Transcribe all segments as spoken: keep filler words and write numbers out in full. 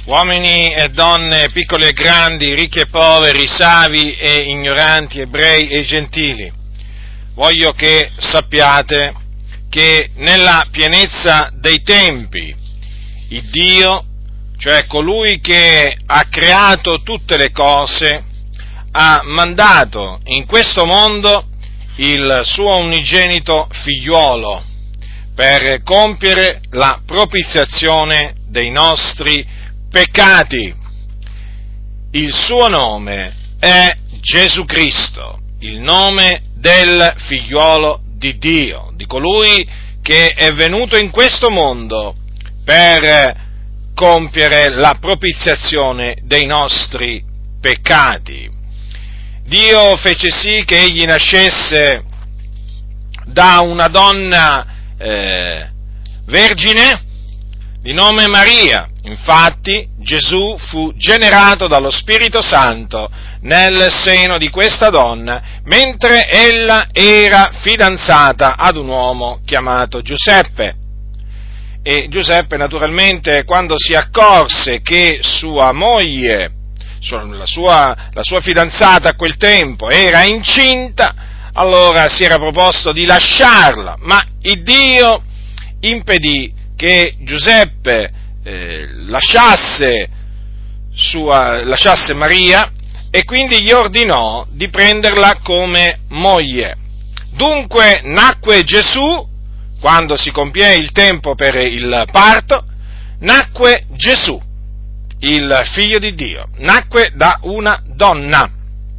uomini e donne, piccoli e grandi, ricchi e poveri, savi e ignoranti, ebrei e gentili, voglio che sappiate che nella pienezza dei tempi il Dio, cioè colui che ha creato tutte le cose, ha mandato in questo mondo il suo unigenito figliuolo per compiere la propiziazione dei nostri peccati. Il suo nome è Gesù Cristo, il nome del figliuolo di Dio, di colui che è venuto in questo mondo per compiere la propiziazione dei nostri peccati. Dio fece sì che egli nascesse da una donna eh, vergine di nome Maria. Infatti Gesù fu generato dallo Spirito Santo nel seno di questa donna, mentre ella era fidanzata ad un uomo chiamato Giuseppe. E Giuseppe, naturalmente, quando si accorse che sua moglie, la sua, la sua fidanzata a quel tempo, era incinta, allora si era proposto di lasciarla, ma il Dio impedì che Giuseppe eh, lasciasse, sua, lasciasse Maria, e quindi gli ordinò di prenderla come moglie. Dunque nacque Gesù, quando si compie il tempo per il parto, nacque Gesù, il figlio di Dio, nacque da una donna.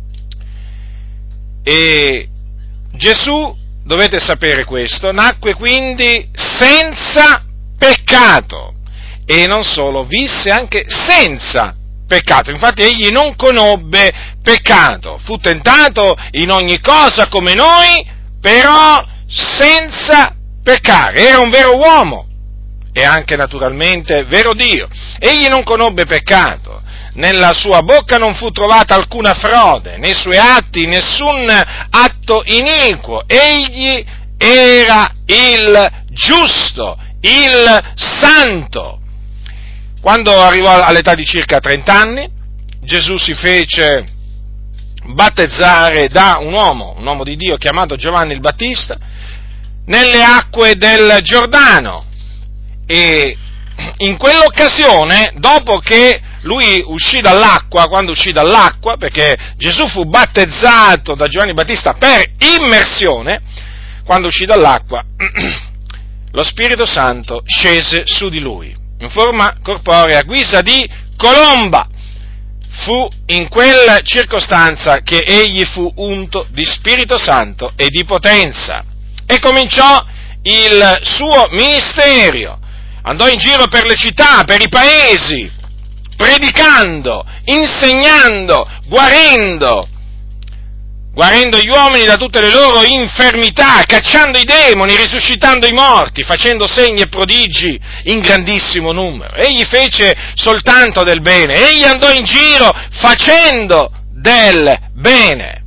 E Gesù, dovete sapere questo, nacque quindi senza peccato, e non solo, visse anche senza peccato. Infatti egli non conobbe peccato, fu tentato in ogni cosa come noi, però senza peccare. Era un vero uomo e anche naturalmente vero Dio. Egli non conobbe peccato, nella sua bocca non fu trovata alcuna frode, nei suoi atti nessun atto iniquo. Egli era il giusto, il santo. Quando arrivò all'età di circa trenta anni, Gesù si fece battezzare da un uomo, un uomo di Dio chiamato Giovanni il Battista, nelle acque del Giordano. E in quell'occasione, dopo che lui uscì dall'acqua, quando uscì dall'acqua, perché Gesù fu battezzato da Giovanni Battista per immersione, quando uscì dall'acqua, lo Spirito Santo scese su di lui, in forma corporea, a guisa di colomba. Fu in quella circostanza che egli fu unto di Spirito Santo e di potenza, e cominciò il suo ministero. Andò in giro per le città, per i paesi, predicando, insegnando, guarendo, guarendo gli uomini da tutte le loro infermità, cacciando i demoni, risuscitando i morti, facendo segni e prodigi in grandissimo numero. Egli fece soltanto del bene, egli andò in giro facendo del bene.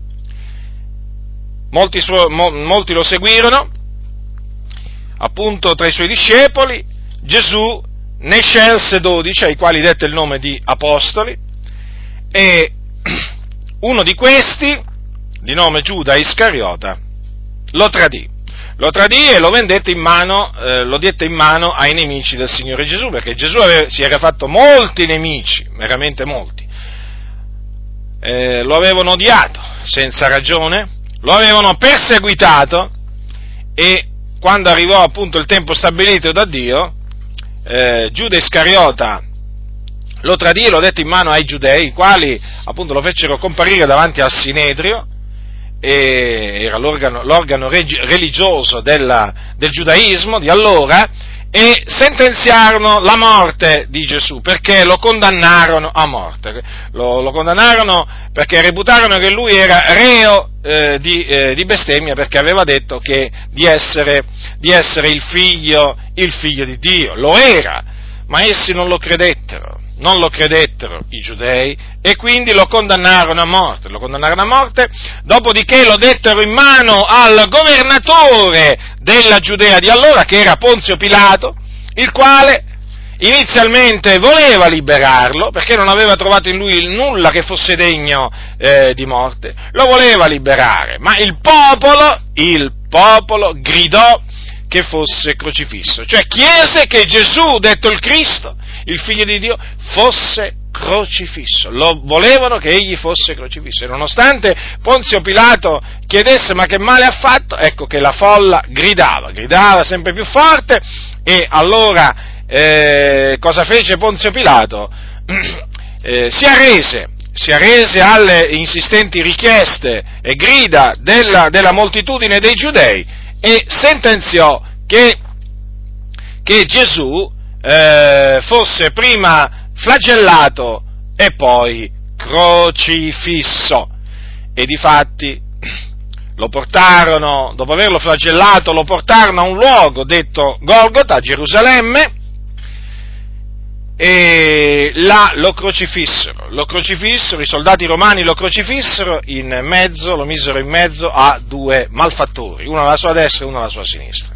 Molti, suo, mo, molti lo seguirono, appunto tra i suoi discepoli. Gesù ne scelse dodici, ai quali dette il nome di apostoli, e uno di questi, di nome Giuda Iscariota, lo tradì. Lo tradì e lo vendette in mano, eh, lo diede in mano ai nemici del Signore Gesù, perché Gesù aveva, si era fatto molti nemici, veramente molti. Eh, lo avevano odiato senza ragione, lo avevano perseguitato, e quando arrivò appunto il tempo stabilito da Dio, eh, Giuda Iscariota lo tradì e lo dette in mano ai giudei, i quali appunto lo fecero comparire davanti al Sinedrio, e era l'organo, l'organo religioso della, del giudaismo di allora, e sentenziarono la morte di Gesù, perché lo condannarono a morte. Lo, lo condannarono perché reputarono che lui era reo eh, di, eh, di bestemmia, perché aveva detto che di essere, di essere il figlio, il figlio di Dio. Lo era, ma essi non lo credettero. Non lo credettero i giudei, e quindi lo condannarono a morte, lo condannarono a morte, dopodiché lo dettero in mano al governatore della Giudea di allora, che era Ponzio Pilato, il quale inizialmente voleva liberarlo, perché non aveva trovato in lui nulla che fosse degno eh, di morte, lo voleva liberare, ma il popolo, il popolo gridò che fosse crocifisso, cioè chiese che Gesù, detto il Cristo, il Figlio di Dio, fosse crocifisso, lo volevano che egli fosse crocifisso, e nonostante Ponzio Pilato chiedesse ma che male ha fatto, ecco che la folla gridava, gridava sempre più forte, e allora eh, cosa fece Ponzio Pilato? Eh, si arrese, si arrese alle insistenti richieste e grida della, della moltitudine dei giudei e sentenziò che, che Gesù eh, fosse prima flagellato e poi crocifisso. E difatti lo portarono, dopo averlo flagellato, lo portarono a un luogo detto Golgota, a Gerusalemme, e là lo crocifissero, lo crocifissero, i soldati romani lo crocifissero in mezzo, lo misero in mezzo a due malfattori, uno alla sua destra e uno alla sua sinistra.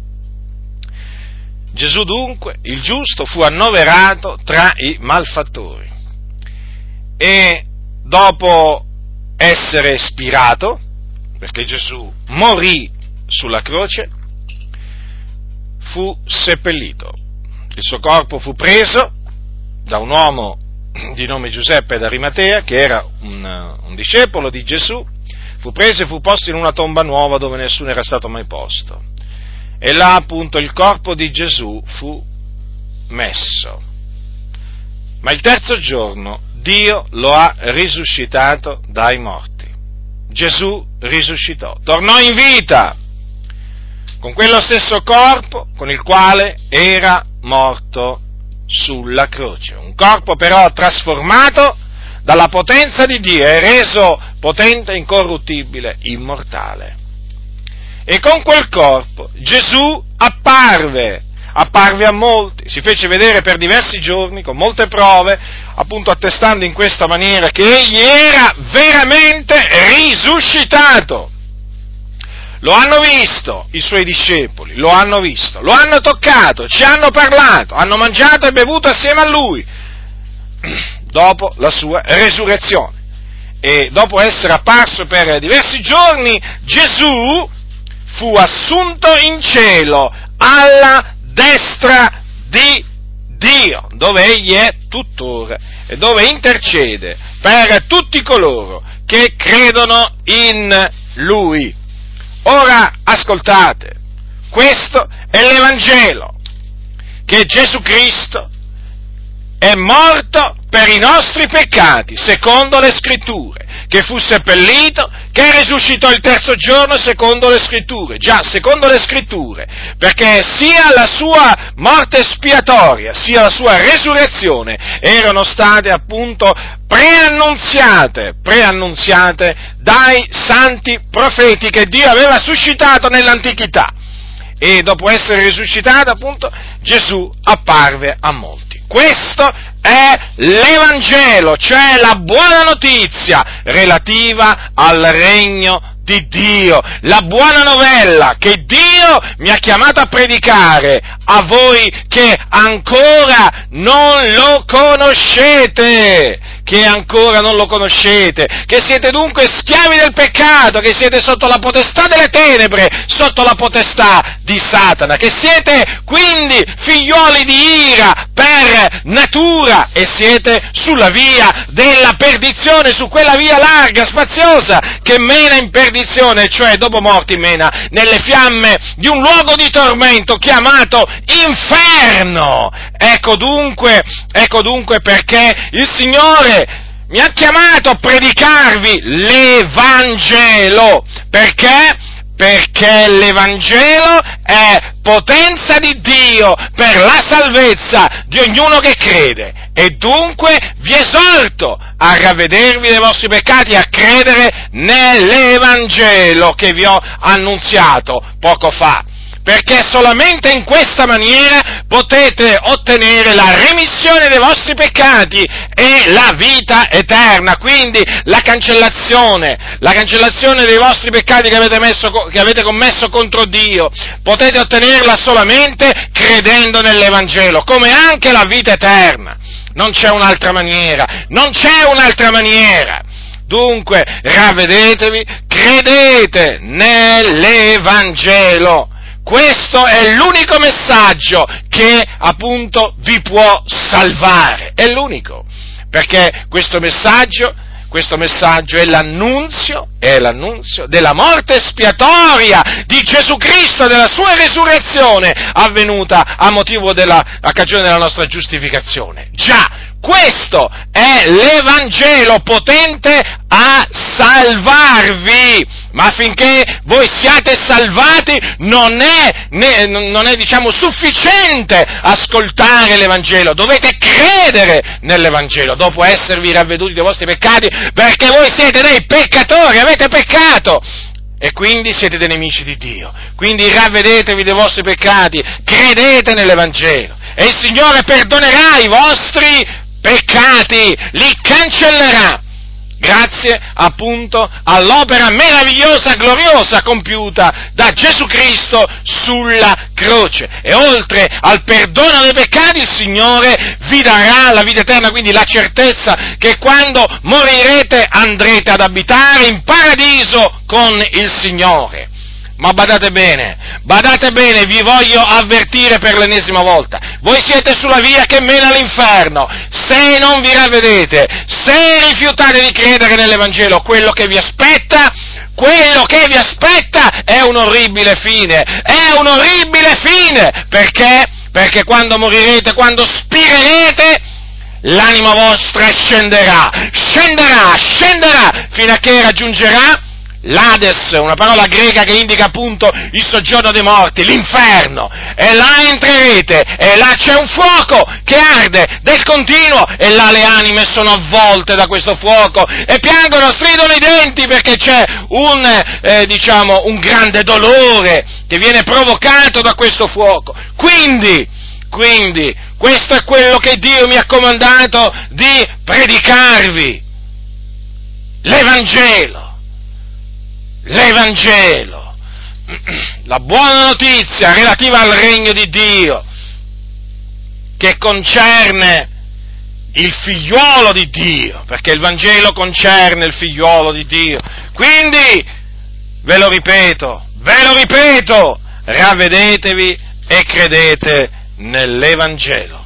Gesù dunque, il giusto, fu annoverato tra i malfattori e dopo essere spirato, perché Gesù morì sulla croce, fu seppellito. Il suo corpo fu preso da un uomo di nome Giuseppe d'Arimatea, che era un, un discepolo di Gesù, fu preso e fu posto in una tomba nuova dove nessuno era stato mai posto. E là appunto il corpo di Gesù fu messo. Ma il terzo giorno Dio lo ha risuscitato dai morti. Gesù risuscitò, tornò in vita con quello stesso corpo con il quale era morto sulla croce. Un corpo però trasformato dalla potenza di Dio e reso potente, incorruttibile, immortale. E con quel corpo Gesù apparve, apparve a molti, si fece vedere per diversi giorni, con molte prove, appunto attestando in questa maniera che egli era veramente risuscitato. Lo hanno visto i suoi discepoli, lo hanno visto, lo hanno toccato, ci hanno parlato, hanno mangiato e bevuto assieme a lui, dopo la sua resurrezione. E dopo essere apparso per diversi giorni, Gesù fu assunto in cielo alla destra di Dio, dove egli è tuttora e dove intercede per tutti coloro che credono in lui. Ora ascoltate, questo è l'Evangelo, che Gesù Cristo è morto per i nostri peccati, secondo le Scritture, che fu seppellito, che risuscitò il terzo giorno, secondo le Scritture, già, secondo le Scritture, perché sia la sua morte espiatoria, sia la sua resurrezione erano state appunto preannunziate, preannunziate dai santi profeti che Dio aveva suscitato nell'antichità. E dopo essere risuscitato, appunto, Gesù apparve a molti. Questo è l'Evangelo, cioè la buona notizia relativa al regno di Dio, la buona novella che Dio mi ha chiamato a predicare a voi che ancora non lo conoscete, che ancora non lo conoscete, che siete dunque schiavi del peccato, che siete sotto la potestà delle tenebre, sotto la potestà di Satana, che siete quindi figlioli di ira per natura e siete sulla via della perdizione, su quella via larga, spaziosa, che mena in perdizione, cioè dopo morti mena nelle fiamme di un luogo di tormento chiamato inferno. Ecco dunque, ecco dunque perché il Signore mi ha chiamato a predicarvi l'Evangelo. Perché? Perché l'Evangelo è potenza di Dio per la salvezza di ognuno che crede. E dunque vi esorto a ravvedervi dei vostri peccati e a credere nell'Evangelo che vi ho annunziato poco fa. perché solamente in questa maniera potete ottenere la remissione dei vostri peccati e la vita eterna, quindi la cancellazione, la cancellazione dei vostri peccati che avete, messo, che avete commesso contro Dio, potete ottenerla solamente credendo nell'Evangelo, come anche la vita eterna. Non c'è un'altra maniera, non c'è un'altra maniera. Dunque, ravvedetevi, credete nell'Evangelo. Questo è l'unico messaggio che appunto vi può salvare, è l'unico, perché questo messaggio, questo messaggio è l'annunzio, è l'annunzio della morte espiatoria di Gesù Cristo, della sua resurrezione avvenuta a motivo della, a cagione della nostra giustificazione. Già, questo è l'Evangelo potente a salvarvi, ma affinché voi siate salvati non è, né, non è diciamo sufficiente ascoltare l'Evangelo, dovete credere nell'Evangelo dopo esservi ravveduti dei vostri peccati, perché voi siete dei peccatori, avete peccato e quindi siete dei nemici di Dio. Quindi ravvedetevi dei vostri peccati, credete nell'Evangelo e il Signore perdonerà i vostri peccati, li cancellerà, grazie appunto all'opera meravigliosa, gloriosa compiuta da Gesù Cristo sulla croce. E oltre al perdono dei peccati il Signore vi darà la vita eterna, quindi la certezza che quando morirete andrete ad abitare in paradiso con il Signore. Ma badate bene, badate bene, vi voglio avvertire per l'ennesima volta, voi siete sulla via che mena all'inferno, se non vi ravvedete, se rifiutate di credere nell'Evangelo, quello che vi aspetta, quello che vi aspetta è un orribile fine, è un orribile fine, perché? Perché quando morirete, quando spirerete, l'anima vostra scenderà, scenderà, scenderà, fino a che raggiungerà l'Ades, una parola greca che indica appunto il soggiorno dei morti, l'inferno, e là entrerete, e là c'è un fuoco che arde del continuo, e là le anime sono avvolte da questo fuoco, e piangono, stridono i denti, perché c'è un, eh, diciamo, un grande dolore che viene provocato da questo fuoco. Quindi, quindi, questo è quello che Dio mi ha comandato di predicarvi, l'Evangelo. L'Evangelo, la buona notizia relativa al regno di Dio, che concerne il figliuolo di Dio, perché il Vangelo concerne il figliuolo di Dio. Quindi, ve lo ripeto, ve lo ripeto, ravvedetevi e credete nell'Evangelo.